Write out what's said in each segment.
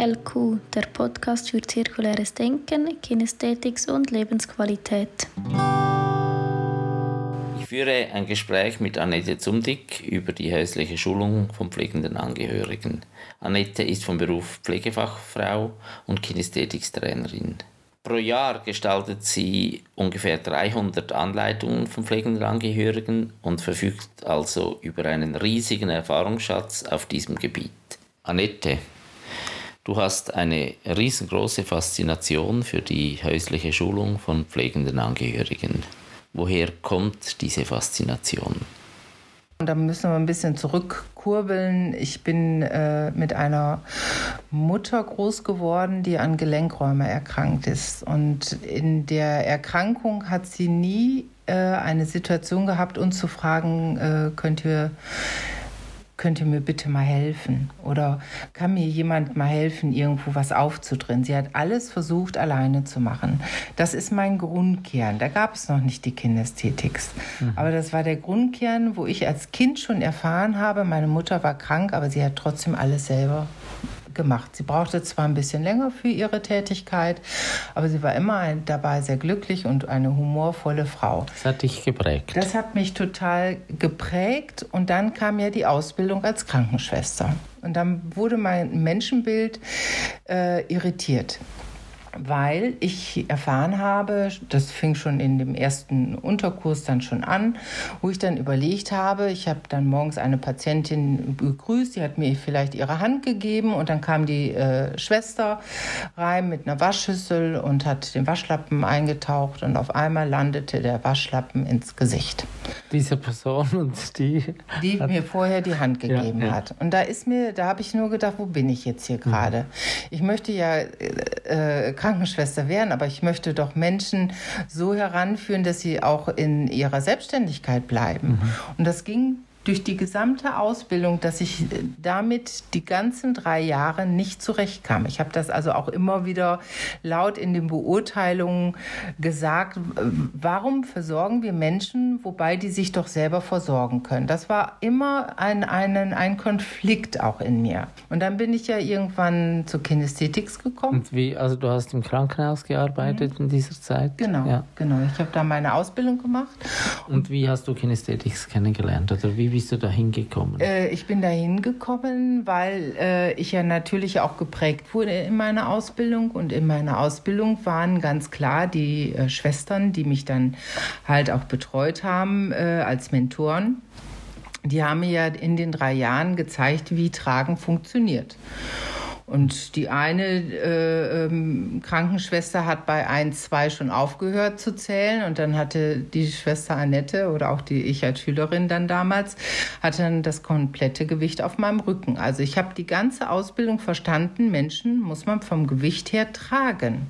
CLQ, der Podcast für zirkuläres Denken, Kinästhetik und Lebensqualität. Ich führe ein Gespräch mit Annette Zumdick über die häusliche Schulung von pflegenden Angehörigen. Annette ist vom Beruf Pflegefachfrau und Kinästhetikstrainerin. Pro Jahr gestaltet sie ungefähr 300 Anleitungen von pflegenden Angehörigen und verfügt also über einen riesigen Erfahrungsschatz auf diesem Gebiet. Annette, du hast eine riesengroße Faszination für die häusliche Schulung von pflegenden Angehörigen. Woher kommt diese Faszination? Und da müssen wir ein bisschen zurückkurbeln. Ich bin mit einer Mutter groß geworden, die an Gelenkrheuma erkrankt ist. Und in der Erkrankung hat sie nie eine Situation gehabt, uns zu fragen, könnt ihr mir bitte mal helfen? Oder kann mir jemand mal helfen, irgendwo was aufzudrehen? Sie hat alles versucht, alleine zu machen. Das ist mein Grundkern. Da gab es noch nicht die Kinästhetik. Aber das war der Grundkern, wo ich als Kind schon erfahren habe, meine Mutter war krank, aber sie hat trotzdem alles selber gemacht. Sie brauchte zwar ein bisschen länger für ihre Tätigkeit, aber sie war immer dabei sehr glücklich und eine humorvolle Frau. Das hat dich geprägt? Das hat mich total geprägt und dann kam ja die Ausbildung als Krankenschwester. Und dann wurde mein Menschenbild irritiert, weil ich erfahren habe, das fing schon in dem ersten Unterkurs dann schon an, wo ich dann überlegt habe, ich habe dann morgens eine Patientin begrüßt, die hat mir vielleicht ihre Hand gegeben und dann kam die Schwester rein mit einer Waschschüssel und hat den Waschlappen eingetaucht und auf einmal landete der Waschlappen ins Gesicht. Diese Person und die mir vorher die Hand gegeben hat. Und da habe ich nur gedacht, wo bin ich jetzt hier gerade? Ich möchte ja Krankenschwester werden, aber ich möchte doch Menschen so heranführen, dass sie auch in ihrer Selbstständigkeit bleiben. Und das ging durch die gesamte Ausbildung, dass ich damit die ganzen 3 Jahre nicht zurechtkam. Ich habe das also auch immer wieder laut in den Beurteilungen gesagt, warum versorgen wir Menschen, wobei die sich doch selber versorgen können. Das war immer ein Konflikt auch in mir. Und dann bin ich ja irgendwann zur Kinästhetik gekommen. Und wie, also du hast im Krankenhaus gearbeitet in dieser Zeit? Genau. Ich habe da meine Ausbildung gemacht. Und wie hast du Kinästhetik kennengelernt? Oder wie bist du da hingekommen? Ich bin da hingekommen, weil ich ja natürlich auch geprägt wurde in meiner Ausbildung. Und in meiner Ausbildung waren ganz klar die Schwestern, die mich dann halt auch betreut haben als Mentoren. Die haben mir ja in den 3 Jahren gezeigt, wie Tragen funktioniert. Und die eine Krankenschwester hat bei 1, 2 schon aufgehört zu zählen und dann hatte die Schwester Annette oder auch ich als Schülerin dann damals, hatte dann das komplette Gewicht auf meinem Rücken. Also ich habe die ganze Ausbildung verstanden, Menschen muss man vom Gewicht her tragen.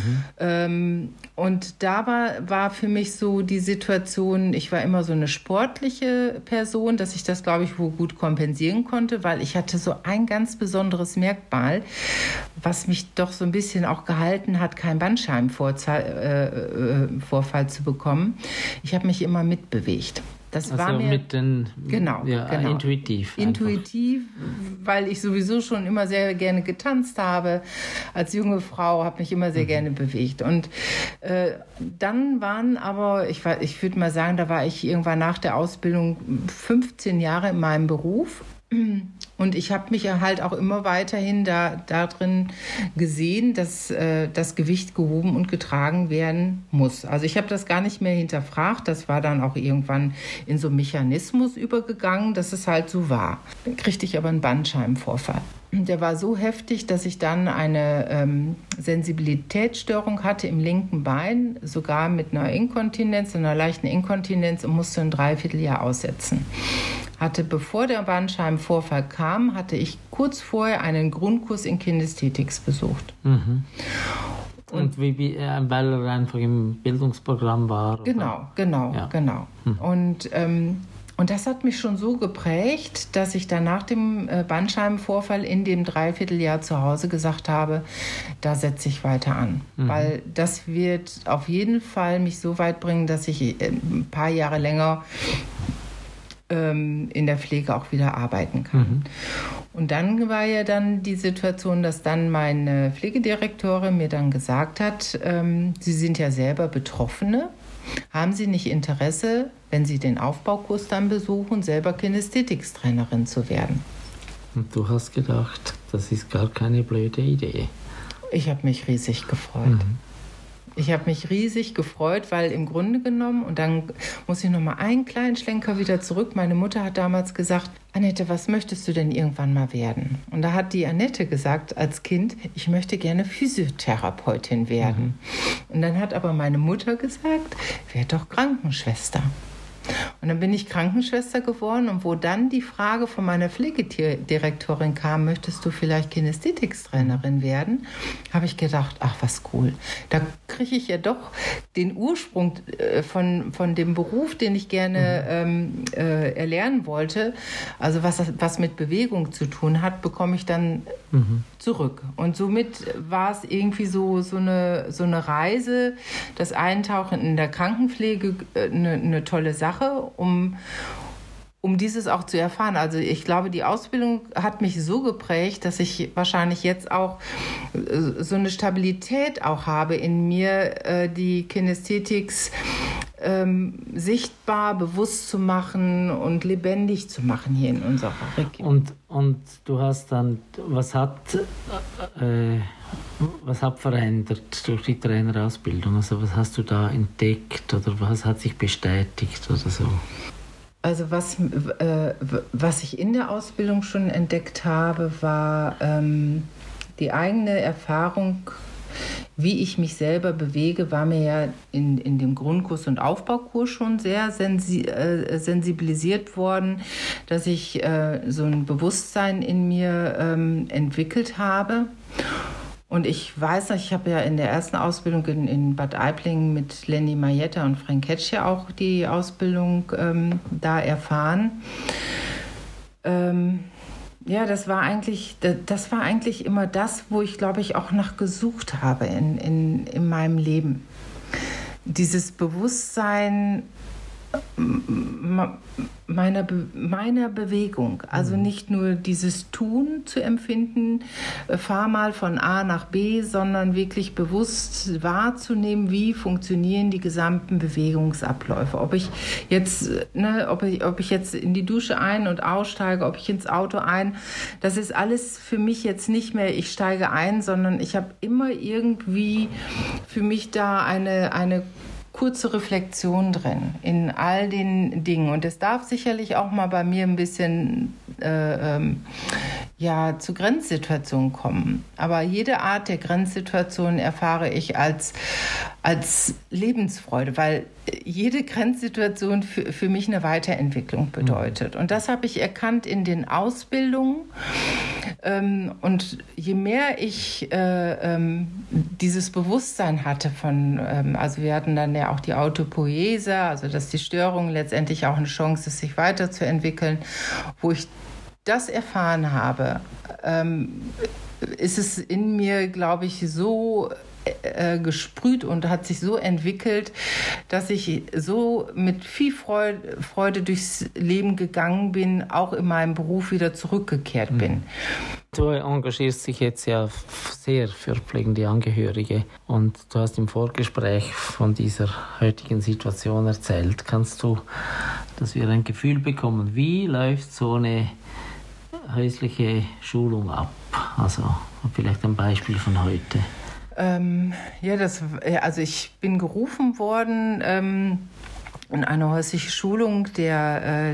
Und da war für mich so die Situation, ich war immer so eine sportliche Person, dass ich das, glaube ich, wohl gut kompensieren konnte, weil ich hatte so ein ganz besonderes Merkmal, was mich doch so ein bisschen auch gehalten hat, keinen Bandscheibenvorfall zu bekommen. Ich habe mich immer mitbewegt. Das war mir mit den genau. Intuitiv. Intuitiv, weil ich sowieso schon immer sehr gerne getanzt habe. Als junge Frau habe mich immer sehr gerne bewegt. Und dann waren aber, ich würde mal sagen, da war ich irgendwann nach der Ausbildung 15 Jahre in meinem Beruf. Und ich habe mich halt auch immer weiterhin da drin gesehen, dass das Gewicht gehoben und getragen werden muss. Also ich habe das gar nicht mehr hinterfragt. Das war dann auch irgendwann in so einen Mechanismus übergegangen, dass es halt so war. Dann kriegte ich aber einen Bandscheibenvorfall. Der war so heftig, dass ich dann eine Sensibilitätsstörung hatte im linken Bein, sogar mit einer leichten Inkontinenz und musste ein 3/4 Jahr aussetzen. Bevor der Bandscheibenvorfall kam, hatte ich kurz vorher einen Grundkurs in Kinästhetik besucht. Und weil er einfach im Bildungsprogramm war? Genau. Und das hat mich schon so geprägt, dass ich dann nach dem Bandscheibenvorfall in dem 3/4 Jahr zu Hause gesagt habe, da setze ich weiter an. Weil das wird auf jeden Fall mich so weit bringen, dass ich ein paar Jahre länger in der Pflege auch wieder arbeiten kann. Und dann war ja dann die Situation, dass dann meine Pflegedirektorin mir dann gesagt hat, Sie sind ja selber Betroffene, haben Sie nicht Interesse, wenn Sie den Aufbaukurs dann besuchen, selber Kinästhetikstrainerin zu werden? Und du hast gedacht, das ist gar keine blöde Idee. Ich habe mich riesig gefreut. Ich habe mich riesig gefreut, weil im Grunde genommen, und dann muss ich noch mal einen kleinen Schlenker wieder zurück, meine Mutter hat damals gesagt, Annette, was möchtest du denn irgendwann mal werden? Und da hat die Annette gesagt als Kind, ich möchte gerne Physiotherapeutin werden. Und dann hat aber meine Mutter gesagt, werd doch Krankenschwester. Und dann bin ich Krankenschwester geworden und wo dann die Frage von meiner Pflegedirektorin kam, möchtest du vielleicht Kinästhetikstrainerin werden, habe ich gedacht, ach was cool, da kriege ich ja doch den Ursprung von dem Beruf, den ich gerne erlernen wollte, also was mit Bewegung zu tun hat, bekomme ich dann zurück. Und somit war es irgendwie so eine Reise, das Eintauchen in der Krankenpflege eine tolle Sache, um dieses auch zu erfahren. Also ich glaube, die Ausbildung hat mich so geprägt, dass ich wahrscheinlich jetzt auch so eine Stabilität auch habe in mir, die Kinästhetics sichtbar, bewusst zu machen und lebendig zu machen hier in unserer Region. Und du hast dann, was hat verändert durch die Trainerausbildung? Also was hast du da entdeckt oder was hat sich bestätigt oder so? Also was ich in der Ausbildung schon entdeckt habe, war die eigene Erfahrung, wie ich mich selber bewege, war mir ja in dem Grundkurs und Aufbaukurs schon sehr sensibilisiert worden, dass ich so ein Bewusstsein in mir entwickelt habe. Und ich weiß noch, ich habe ja in der ersten Ausbildung in Bad Aiblingen mit Lenny Majetta und Frank Ketsch ja auch die Ausbildung da erfahren. Ja, das war eigentlich immer das, wo ich, glaube ich, auch nach gesucht habe in meinem Leben. Dieses Bewusstsein meiner Bewegung. Also nicht nur dieses Tun zu empfinden, fahr mal von A nach B, sondern wirklich bewusst wahrzunehmen, wie funktionieren die gesamten Bewegungsabläufe. Ob ich jetzt in die Dusche ein- und aussteige, ob ich ins Auto das ist alles für mich jetzt nicht mehr, ich steige ein, sondern ich habe immer irgendwie für mich da eine kurze Reflexion drin in all den Dingen. Und es darf sicherlich auch mal bei mir ein bisschen zu Grenzsituationen kommen. Aber jede Art der Grenzsituation erfahre ich als Lebensfreude, weil jede Grenzsituation für mich eine Weiterentwicklung bedeutet. Und das habe ich erkannt in den Ausbildungen. Und je mehr ich dieses Bewusstsein hatte also wir hatten dann ja auch die Autopoiese, also dass die Störung letztendlich auch eine Chance ist, sich weiterzuentwickeln, wo ich das erfahren habe, ist es in mir, glaube ich, so gesprüht und hat sich so entwickelt, dass ich so mit viel Freude durchs Leben gegangen bin, auch in meinem Beruf wieder zurückgekehrt bin. Du engagierst dich jetzt ja sehr für pflegende Angehörige und du hast im Vorgespräch von dieser heutigen Situation erzählt. Kannst du, dass wir ein Gefühl bekommen, wie läuft so eine häusliche Schulung ab? Also vielleicht ein Beispiel von heute. Also ich bin gerufen worden in eine häusliche Schulung. Der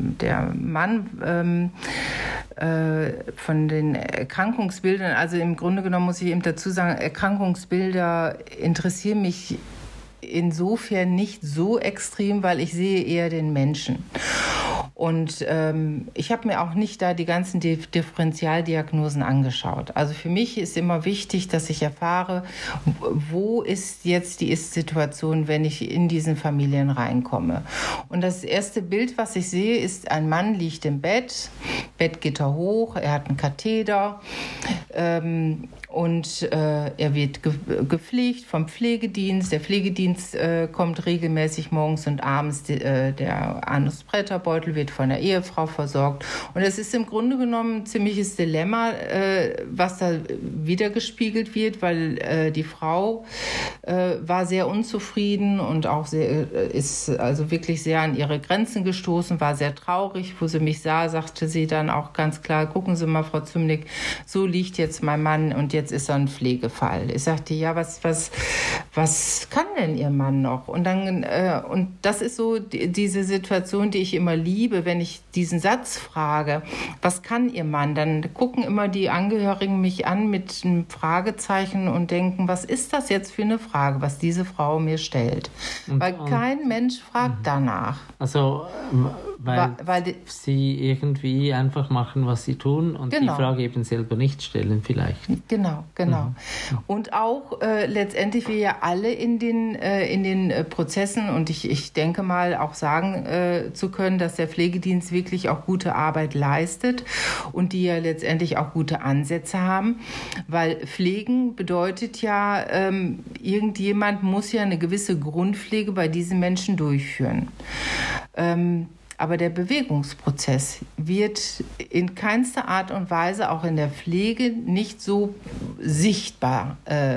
Mann von den Erkrankungsbildern, also im Grunde genommen muss ich eben dazu sagen, Erkrankungsbilder interessieren mich insofern nicht so extrem, weil ich sehe eher den Menschen. Und ich habe mir auch nicht da die ganzen Differentialdiagnosen angeschaut. Also für mich ist immer wichtig, dass ich erfahre, wo ist jetzt die Ist-Situation, wenn ich in diesen Familien reinkomme. Und das erste Bild, was ich sehe, ist, ein Mann liegt im Bett, Bettgitter hoch, er hat einen Katheter, und er wird gepflegt vom Pflegedienst. Der Pflegedienst kommt regelmäßig morgens und abends. Der Anus-Präterbeutel wird wird von der Ehefrau versorgt. Und es ist im Grunde genommen ein ziemliches Dilemma, was da wiedergespiegelt wird, weil die Frau war sehr unzufrieden und auch ist also wirklich sehr an ihre Grenzen gestoßen, war sehr traurig. Wo sie mich sah, sagte sie dann auch ganz klar, gucken Sie mal, Frau Zümlich, so liegt jetzt mein Mann und jetzt ist er ein Pflegefall. Ich sagte, ja, was kann denn Ihr Mann noch? Und das ist so diese Situation, die ich immer liebe, wenn ich diesen Satz frage, was kann Ihr Mann? Dann gucken immer die Angehörigen mich an mit einem Fragezeichen und denken, was ist das jetzt für eine Frage, was diese Frau mir stellt? Weil kein Mensch fragt danach. Also, weil sie irgendwie einfach machen, was sie tun und die Frage eben selber nicht stellen vielleicht. Genau. Und auch letztendlich wir ja alle in den Prozessen und ich denke mal auch sagen zu können, dass der Pflegedienst wirklich auch gute Arbeit leistet und die ja letztendlich auch gute Ansätze haben, weil Pflegen bedeutet ja, irgendjemand muss ja eine gewisse Grundpflege bei diesen Menschen durchführen. Aber der Bewegungsprozess wird in keinster Art und Weise auch in der Pflege nicht so sichtbar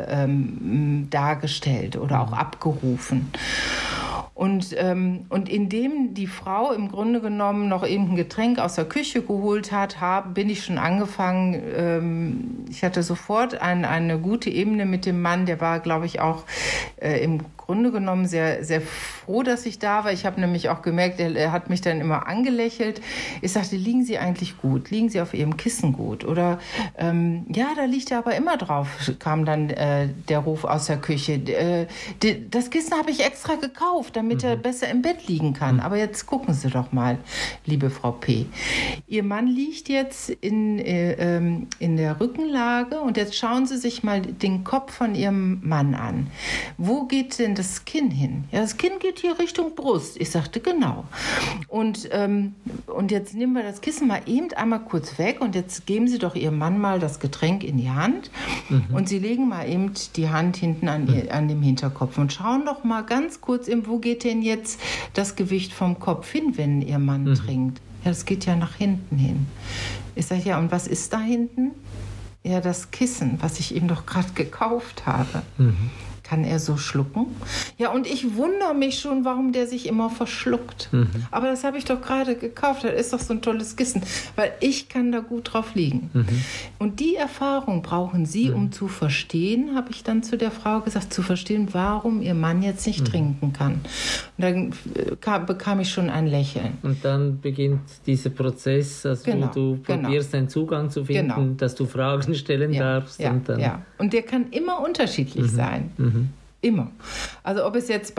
dargestellt oder auch abgerufen. Und indem die Frau im Grunde genommen noch eben ein Getränk aus der Küche geholt hat, bin ich schon angefangen, ich hatte sofort eine gute Ebene mit dem Mann, der war, glaube ich, auch im Grunde genommen sehr, sehr froh, dass ich da war. Ich habe nämlich auch gemerkt, er hat mich dann immer angelächelt. Ich sagte, liegen Sie eigentlich gut? Liegen Sie auf Ihrem Kissen gut? Oder, ja, da liegt er aber immer drauf, kam dann der Ruf aus der Küche. Das Kissen habe ich extra gekauft, damit er besser im Bett liegen kann. Aber jetzt gucken Sie doch mal, liebe Frau P. Ihr Mann liegt jetzt in der Rückenlage und jetzt schauen Sie sich mal den Kopf von Ihrem Mann an. Wo geht denn das Kinn hin? Ja, das Kinn geht hier Richtung Brust. Ich sagte, genau. Und jetzt nehmen wir das Kissen mal eben einmal kurz weg und jetzt geben Sie doch Ihrem Mann mal das Getränk in die Hand und Sie legen mal eben die Hand hinten an dem Hinterkopf und schauen doch mal ganz kurz, wo geht denn jetzt das Gewicht vom Kopf hin, wenn Ihr Mann trinkt? Ja, das geht ja nach hinten hin. Ich sage, ja, und was ist da hinten? Ja, das Kissen, was ich ihm doch gerade gekauft habe. Kann er so schlucken? Ja, und ich wundere mich schon, warum der sich immer verschluckt. Aber das habe ich doch gerade gekauft. Das ist doch so ein tolles Kissen, weil ich kann da gut drauf liegen. Und die Erfahrung brauchen Sie, um zu verstehen, habe ich dann zu der Frau gesagt, zu verstehen, warum Ihr Mann jetzt nicht trinken kann. Und dann bekam ich schon ein Lächeln. Und dann beginnt dieser Prozess, wo du probierst, einen Zugang zu finden, dass du Fragen stellen darfst. Und der kann immer unterschiedlich sein. Immer. Also ob es jetzt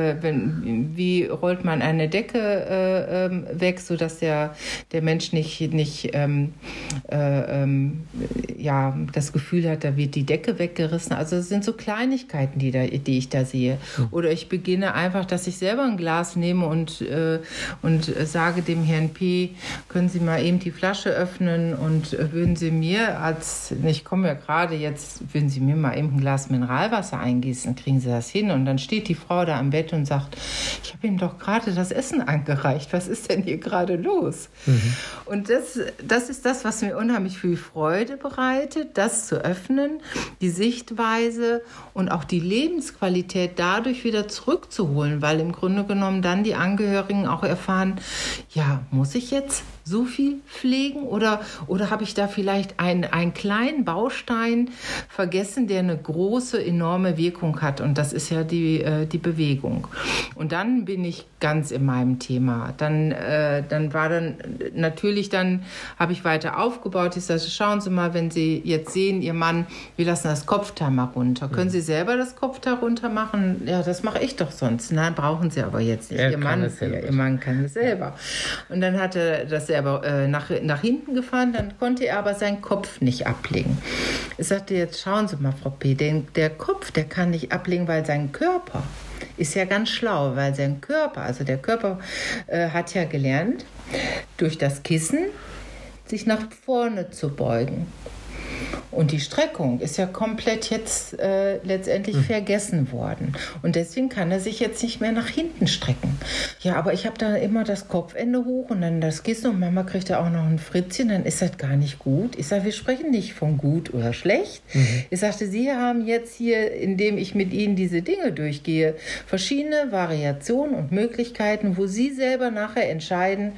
wie rollt man eine Decke weg, sodass der Mensch nicht das Gefühl hat, da wird die Decke weggerissen. Also es sind so Kleinigkeiten, die ich da sehe. Oder ich beginne einfach, dass ich selber ein Glas nehme und sage dem Herrn P., können Sie mal eben die Flasche öffnen und würden Sie mir ich komme ja gerade jetzt, würden Sie mir mal eben ein Glas Mineralwasser eingießen, kriegen Sie das hin? Und dann steht die Frau da am Bett und sagt, ich habe ihm doch gerade das Essen angereicht. Was ist denn hier gerade los? Und das ist das, was mir unheimlich viel Freude bereitet, das zu öffnen, die Sichtweise und auch die Lebensqualität dadurch wieder zurückzuholen, weil im Grunde genommen dann die Angehörigen auch erfahren, ja, muss ich jetzt so viel pflegen oder habe ich da vielleicht einen kleinen Baustein vergessen, der eine große, enorme Wirkung hat, und das ist ja die Bewegung. Und dann bin ich ganz in meinem Thema. Dann habe ich weiter aufgebaut. Ich sage, schauen Sie mal, wenn Sie jetzt sehen, Ihr Mann, wir lassen das Kopfteil mal runter. Können Sie selber das Kopfteil runter machen? Ja, das mache ich doch sonst. Nein, brauchen Sie aber jetzt nicht. Ihr Mann kann es selber. Und dann hat er das selber nach hinten gefahren, dann konnte er aber seinen Kopf nicht ablegen. Ich sagte, jetzt schauen Sie mal, Frau P., der Kopf, der kann nicht ablegen, weil sein Körper ist ja ganz schlau, weil sein Körper, also der Körper hat ja gelernt, durch das Kissen sich nach vorne zu beugen. Und die Streckung ist ja komplett jetzt letztendlich vergessen worden. Und deswegen kann er sich jetzt nicht mehr nach hinten strecken. Ja, aber ich habe da immer das Kopfende hoch und dann das Kissen und Mama kriegt da auch noch ein Fritzchen, dann ist das gar nicht gut. Ich sage, wir sprechen nicht von gut oder schlecht. Ich sagte, Sie haben jetzt hier, indem ich mit Ihnen diese Dinge durchgehe, verschiedene Variationen und Möglichkeiten, wo Sie selber nachher entscheiden,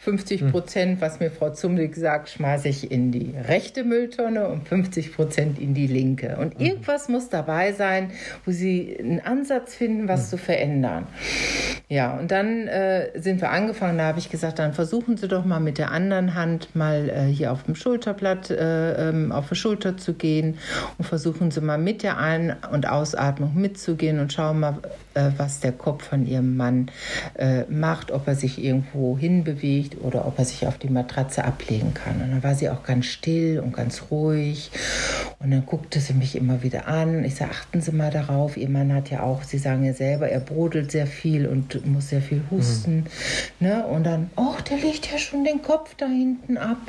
50%, was mir Frau Zumlik sagt, schmeiße ich in die rechte Mülltonne und 50% in die linke. Und irgendwas muss dabei sein, wo Sie einen Ansatz finden, was zu verändern. Ja, und dann sind wir angefangen, da habe ich gesagt, dann versuchen Sie doch mal mit der anderen Hand mal hier auf dem Schulterblatt auf die Schulter zu gehen und versuchen Sie mal mit der Ein- und Ausatmung mitzugehen und schauen mal, was der Kopf von Ihrem Mann macht, ob er sich irgendwo hinbewegt oder ob er sich auf die Matratze ablegen kann. Und dann war sie auch ganz still und ganz ruhig. Und dann guckte sie mich immer wieder an. Ich sage, achten Sie mal darauf. Ihr Mann hat ja auch, Sie sagen ja selber, er brodelt sehr viel und muss sehr viel husten. Ne? Und dann, der legt ja schon den Kopf da hinten ab.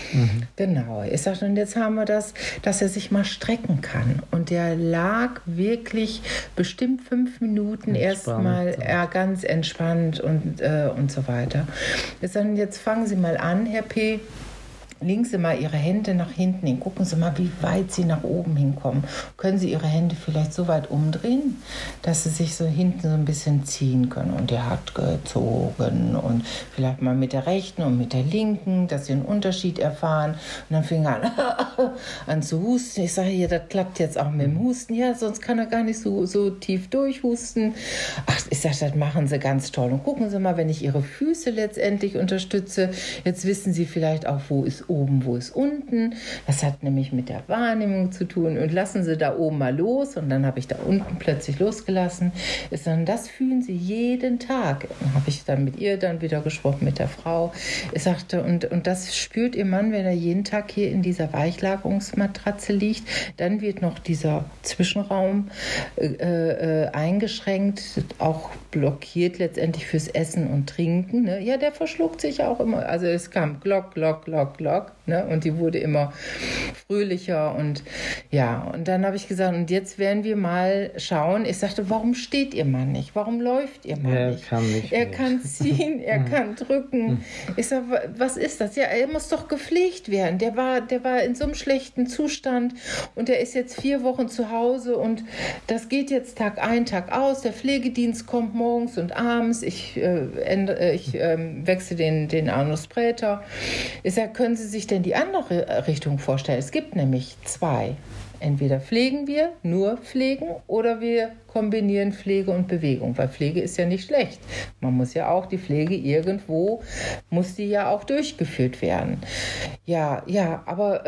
Genau. Ich sage, und jetzt haben wir das, dass er sich mal strecken kann. Und der lag wirklich bestimmt 5 Minuten erstmal ganz entspannt und so weiter. Jetzt fangen Sie mal an, Herr P. Legen Sie mal Ihre Hände nach hinten hin. Gucken Sie mal, wie weit Sie nach oben hinkommen. Können Sie Ihre Hände vielleicht so weit umdrehen, dass Sie sich so hinten so ein bisschen ziehen können? Und der hat gezogen und vielleicht mal mit der rechten und mit der linken, dass Sie einen Unterschied erfahren. Und dann fing er an zu husten. Ich sage, hier, das klappt jetzt auch mit dem Husten. Ja, sonst kann er gar nicht so tief durchhusten. Ach, ich sage, das machen Sie ganz toll. Und gucken Sie mal, wenn ich Ihre Füße letztendlich unterstütze, jetzt wissen Sie vielleicht auch, wo ist oben, wo ist unten. Das hat nämlich mit der Wahrnehmung zu tun. Und lassen Sie da oben mal los. Und dann habe ich da unten plötzlich losgelassen. Das fühlen Sie jeden Tag. Dann habe ich dann mit ihr dann wieder gesprochen, mit der Frau. Ich sagte, und das spürt Ihr Mann, wenn er jeden Tag hier in dieser Weichlagerungsmatratze liegt. Dann wird noch dieser Zwischenraum eingeschränkt, auch blockiert letztendlich fürs Essen und Trinken. Ne? Ja, der verschluckt sich auch immer. Also es kam Glock, Glock, Glock, Glock. Ne? Und die wurde immer fröhlicher und ja, und dann habe ich gesagt, und jetzt werden wir mal schauen. Ich sagte, warum steht Ihr Mann nicht? Warum läuft Ihr Mann nicht? Er kann ziehen, er kann drücken. Ich sage, was ist das? Ja, er muss doch gepflegt werden. Der war in so einem schlechten Zustand und er ist jetzt 4 Wochen zu Hause und das geht jetzt Tag ein, Tag aus. Der Pflegedienst kommt morgens und abends. Ich wechsle den Anus Praetor. Ich sage, können Sie sich denn die andere Richtung vorstellen? Es gibt nämlich 2. Entweder pflegen wir, nur pflegen, oder wir kombinieren Pflege und Bewegung, weil Pflege ist ja nicht schlecht. Man muss ja auch die Pflege irgendwo, muss die ja auch durchgeführt werden. Ja, aber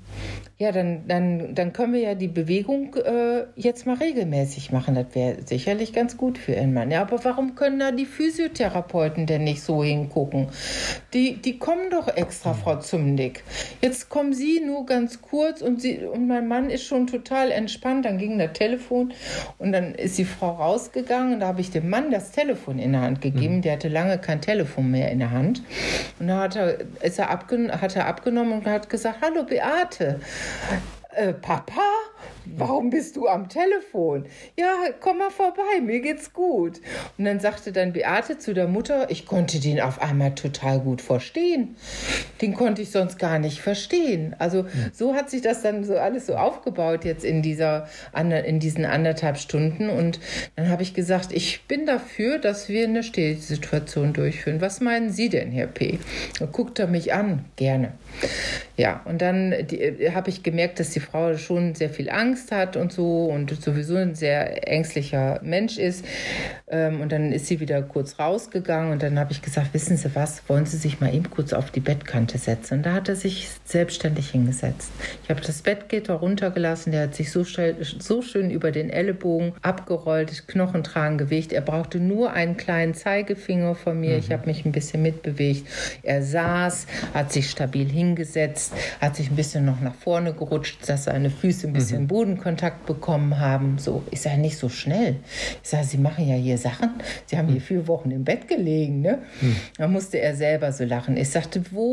dann können wir ja die Bewegung jetzt mal regelmäßig machen. Das wäre sicherlich ganz gut für Ihren Mann. Ja, aber warum können da die Physiotherapeuten denn nicht so hingucken? Die kommen doch extra, Frau Zumlik. Jetzt kommen Sie nur ganz kurz und mein Mann ist schon total entspannt. Dann ging das Telefon und dann ist die Frau rausgegangen und da habe ich dem Mann das Telefon in der Hand gegeben. Der hatte lange kein Telefon mehr in der Hand. Und da hat er abgenommen und hat gesagt, hallo Beate. Papa, warum bist du am Telefon? Ja, komm mal vorbei, mir geht's gut. Und dann sagte dann Beate zu der Mutter, ich konnte den auf einmal total gut verstehen. Den konnte ich sonst gar nicht verstehen. Also so hat sich das dann so alles so aufgebaut jetzt in diesen 1,5 Stunden. Und dann habe ich gesagt, ich bin dafür, dass wir eine Stillsituation durchführen. Was meinen Sie denn, Herr P.? Und guckt er mich an, gerne. Ja, und dann habe ich gemerkt, dass die Frau schon sehr viel Angst hat und so und sowieso ein sehr ängstlicher Mensch ist. Und dann ist sie wieder kurz rausgegangen und dann habe ich gesagt, wissen Sie was, wollen Sie sich mal eben kurz auf die Bettkante setzen? Und da hat er sich selbstständig hingesetzt. Ich habe das Bettgitter runtergelassen, der hat sich so schön über den Ellenbogen abgerollt, Knochen tragen Gewicht. Er brauchte nur einen kleinen Zeigefinger von mir. Ich habe mich ein bisschen mitbewegt. Er saß, hat sich stabil hingesetzt, hat sich ein bisschen noch nach vorne gerutscht, dass seine Füße ein bisschen Bodenkontakt bekommen haben. So, ich sage, nicht so schnell. Ich sage, Sie machen ja hier Sachen. Sie haben hier 4 Wochen im Bett gelegen. Ne? Da musste er selber so lachen. Ich sagte, wo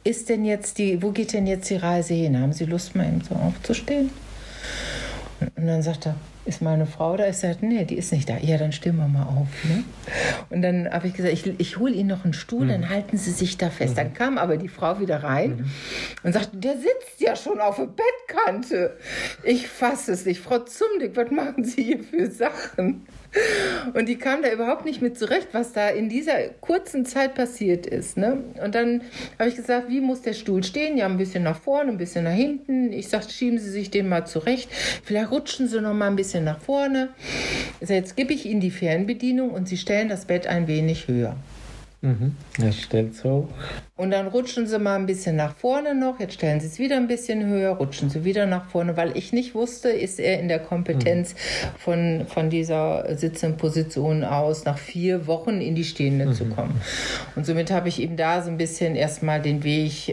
wo geht denn jetzt die Reise hin? Haben Sie Lust, mal eben so aufzustehen? Und dann sagt er, ist meine Frau da? Ich sage, nee, die ist nicht da. Ja, dann stehen wir mal auf. Ne? Und dann habe ich gesagt, ich hole Ihnen noch einen Stuhl, dann halten Sie sich da fest. Dann kam aber die Frau wieder rein und sagte, der sitzt ja schon auf der Bettkante. Ich fasse es nicht. Frau Zumdick, was machen Sie hier für Sachen? Und die kam da überhaupt nicht mit zurecht, was da in dieser kurzen Zeit passiert ist. Ne? Und dann habe ich gesagt, wie muss der Stuhl stehen? Ja, ein bisschen nach vorne, ein bisschen nach hinten. Ich sagte, schieben Sie sich den mal zurecht. Vielleicht rutschen Sie noch mal ein bisschen nach vorne. Also jetzt gebe ich Ihnen die Fernbedienung und Sie stellen das Bett ein wenig höher. Er stellt es hoch. Und dann rutschen Sie mal ein bisschen nach vorne noch. Jetzt stellen Sie es wieder ein bisschen höher, rutschen Sie wieder nach vorne, weil ich nicht wusste, ist er in der Kompetenz von dieser sitzenden Position aus, nach 4 Wochen in die stehende zu kommen. Und somit habe ich ihm da so ein bisschen erstmal den Weg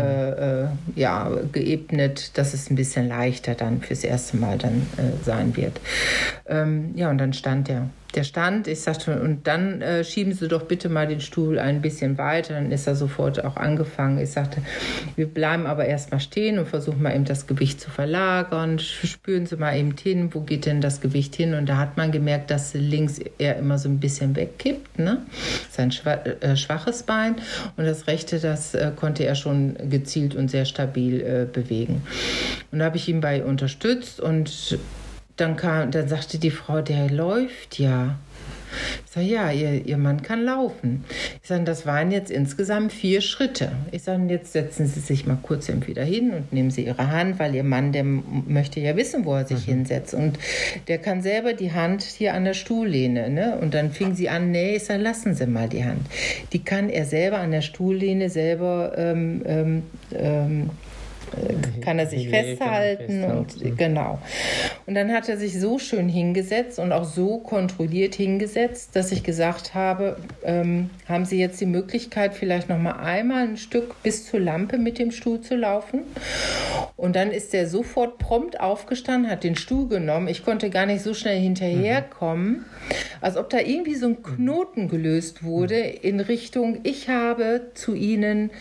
geebnet, dass es ein bisschen leichter dann fürs erste Mal dann sein wird. Und dann stand er. Der stand, ich sagte, und dann schieben Sie doch bitte mal den Stuhl ein bisschen weiter. Dann ist er sofort auch angefangen. Ich sagte, wir bleiben aber erst mal stehen und versuchen mal eben das Gewicht zu verlagern. Spüren Sie mal eben hin, wo geht denn das Gewicht hin? Und da hat man gemerkt, dass links er immer so ein bisschen wegkippt, ne? Sein schwaches Bein. Und das rechte, das konnte er schon gezielt und sehr stabil bewegen. Und da habe ich ihn bei unterstützt und dann sagte die Frau, der läuft ja. Ich sage, ja, ihr Mann kann laufen. Ich sage, das waren jetzt insgesamt 4 Schritte. Ich sage, jetzt setzen Sie sich mal kurz wieder hin und nehmen Sie Ihre Hand, weil Ihr Mann, der möchte ja wissen, wo er sich hinsetzt. Und der kann selber die Hand hier an der Stuhllehne. Ne? Und dann fing sie an, nee, ich sage, lassen Sie mal die Hand. Die kann er selber an der Stuhllehne selber kann er sich festhalten. Und genau. Und dann hat er sich so schön hingesetzt und auch so kontrolliert hingesetzt, dass ich gesagt habe, haben Sie jetzt die Möglichkeit, vielleicht noch mal einmal ein Stück bis zur Lampe mit dem Stuhl zu laufen? Und dann ist er sofort prompt aufgestanden, hat den Stuhl genommen. Ich konnte gar nicht so schnell hinterherkommen, als ob da irgendwie so ein Knoten gelöst wurde in Richtung, ich habe zu Ihnen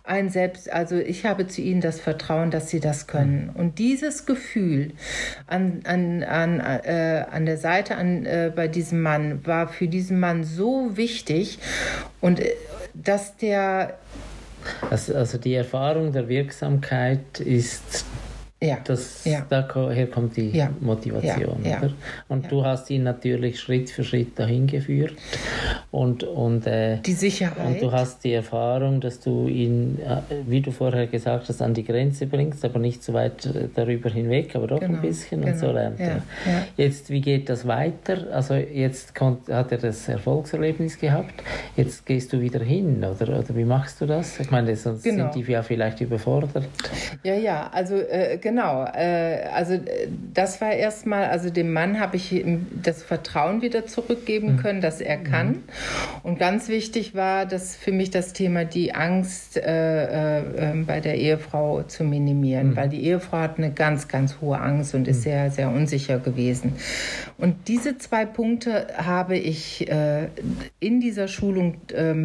das Vertrauen, dass Sie das können. Und dieses Gefühl an der Seite bei diesem Mann war für diesen Mann so wichtig und dass der... Also die Erfahrung der Wirksamkeit ist... Daher kommt die Motivation. Oder? Und du hast ihn natürlich Schritt für Schritt dahin geführt. Und die Sicherheit. Und du hast die Erfahrung, dass du ihn, wie du vorher gesagt hast, an die Grenze bringst, aber nicht so weit darüber hinweg, aber doch ein bisschen und so lernt er. Ja. Jetzt, wie geht das weiter? Also jetzt hat er das Erfolgserlebnis gehabt, jetzt gehst du wieder hin, oder wie machst du das? Ich meine, sonst sind die ja vielleicht überfordert. Ja, also genau. Also das war erstmal, also dem Mann habe ich das Vertrauen wieder zurückgeben können, dass er kann. Und ganz wichtig war das für mich das Thema, die Angst bei der Ehefrau zu minimieren, weil die Ehefrau hat eine ganz, ganz hohe Angst und ist sehr, sehr unsicher gewesen. Und diese 2 Punkte habe ich in dieser Schulung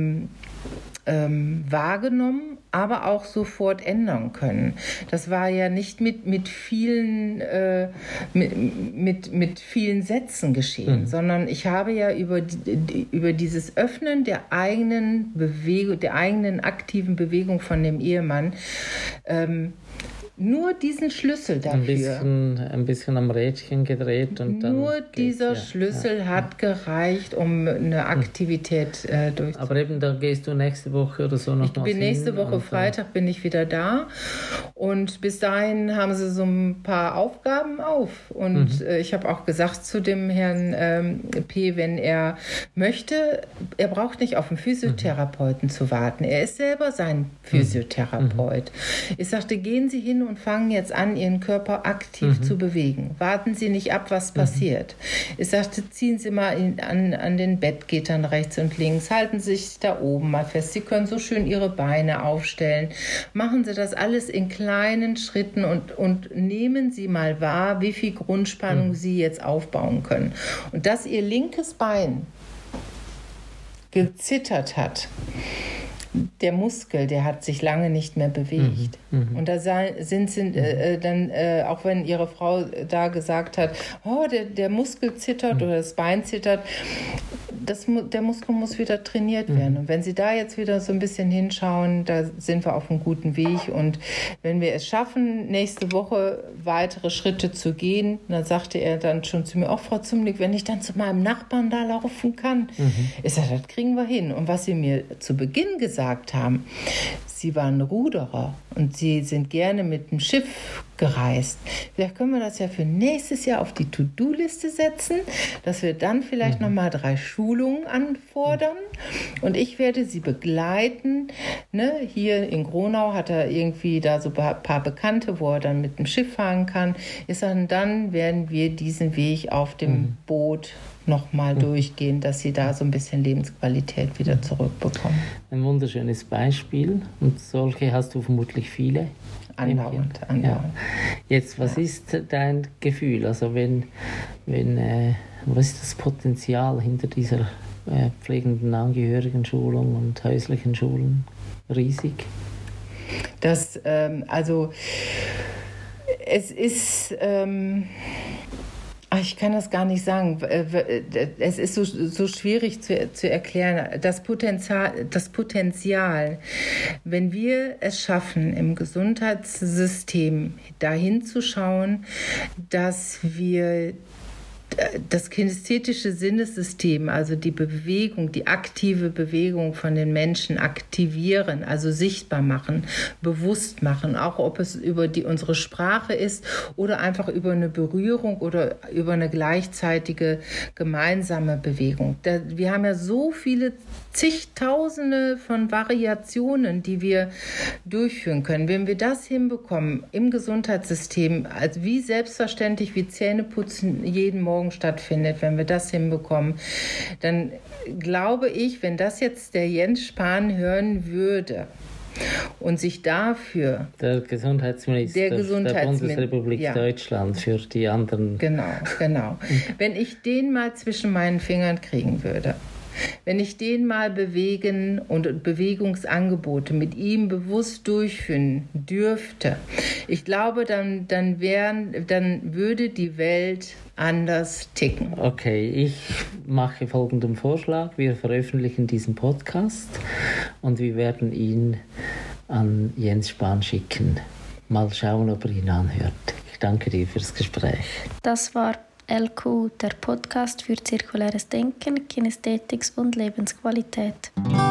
wahrgenommen, aber auch sofort ändern können. Das war ja nicht mit vielen Sätzen geschehen, sondern ich habe ja über dieses Öffnen der eigenen Bewegung, der eigenen aktiven Bewegung von dem Ehemann nur diesen Schlüssel dafür. Ein bisschen am Rädchen gedreht. Und dann nur dieser Schlüssel hat gereicht, um eine Aktivität durchzuführen. Aber eben, da gehst du nächste Woche oder so noch mal hin. Nächste Woche Freitag bin ich wieder da. Und bis dahin haben sie so ein paar Aufgaben auf. Und ich habe auch gesagt zu dem Herrn P., wenn er möchte, er braucht nicht auf einen Physiotherapeuten zu warten. Er ist selber sein Physiotherapeut. Ich sagte, gehen Sie hin und fangen jetzt an, Ihren Körper aktiv zu bewegen. Warten Sie nicht ab, was passiert. Ich sagte, ziehen Sie mal an den Bettgittern rechts und links, halten Sie sich da oben mal fest. Sie können so schön Ihre Beine aufstellen. Machen Sie das alles in kleinen Schritten und nehmen Sie mal wahr, wie viel Grundspannung Sie jetzt aufbauen können. Und dass Ihr linkes Bein gezittert hat, der Muskel, der hat sich lange nicht mehr bewegt. Und da sind dann, auch wenn ihre Frau da gesagt hat, oh, der Muskel zittert oder das Bein zittert, der Muskel muss wieder trainiert werden. Und wenn Sie da jetzt wieder so ein bisschen hinschauen, da sind wir auf einem guten Weg. Und wenn wir es schaffen, nächste Woche weitere Schritte zu gehen, dann sagte er dann schon zu mir, Frau Zumlik, wenn ich dann zu meinem Nachbarn da laufen kann, ich sage, das kriegen wir hin. Und was Sie mir zu Beginn gesagt haben, Sie waren Ruderer und Sie sind gerne mit dem Schiff gereist. Vielleicht können wir das ja für nächstes Jahr auf die To-Do-Liste setzen, dass wir dann vielleicht nochmal 3 Schulungen anfordern und ich werde Sie begleiten. Ne? Hier in Gronau hat er irgendwie da so ein paar Bekannte, wo er dann mit dem Schiff fahren kann. Ich sage, dann werden wir diesen Weg auf dem Boot nochmal durchgehen, dass sie da so ein bisschen Lebensqualität wieder zurückbekommen. Ein wunderschönes Beispiel und solche hast du vermutlich viele. Andauernd. Ja. Jetzt, was ist dein Gefühl? Also was ist das Potenzial hinter dieser pflegenden Angehörigenschulung und häuslichen Schulen? Riesig? Das, also es ist... ich kann das gar nicht sagen. Es ist so schwierig zu erklären. Das Potenzial, wenn wir es schaffen, im Gesundheitssystem dahin zu schauen, dass wir das kinästhetische Sinnesystem, also die Bewegung, die aktive Bewegung von den Menschen aktivieren, also sichtbar machen, bewusst machen, auch ob es über unsere Sprache ist oder einfach über eine Berührung oder über eine gleichzeitige gemeinsame Bewegung. Wir haben ja so viele zigtausende von Variationen, die wir durchführen können. Wenn wir das hinbekommen im Gesundheitssystem, also wie selbstverständlich wie Zähneputzen jeden Morgen stattfindet, wenn wir das hinbekommen, dann glaube ich, wenn das jetzt der Jens Spahn hören würde und sich dafür der Gesundheitsminister der Bundesrepublik Deutschland für die anderen... Genau. Wenn ich den mal zwischen meinen Fingern kriegen würde, wenn ich den mal bewegen und Bewegungsangebote mit ihm bewusst durchführen dürfte, ich glaube, dann würde die Welt anders ticken. Okay, ich mache folgenden Vorschlag. Wir veröffentlichen diesen Podcast und wir werden ihn an Jens Spahn schicken. Mal schauen, ob er ihn anhört. Ich danke dir fürs Gespräch. Das war LQ, der Podcast für zirkuläres Denken, Kinästhetik und Lebensqualität.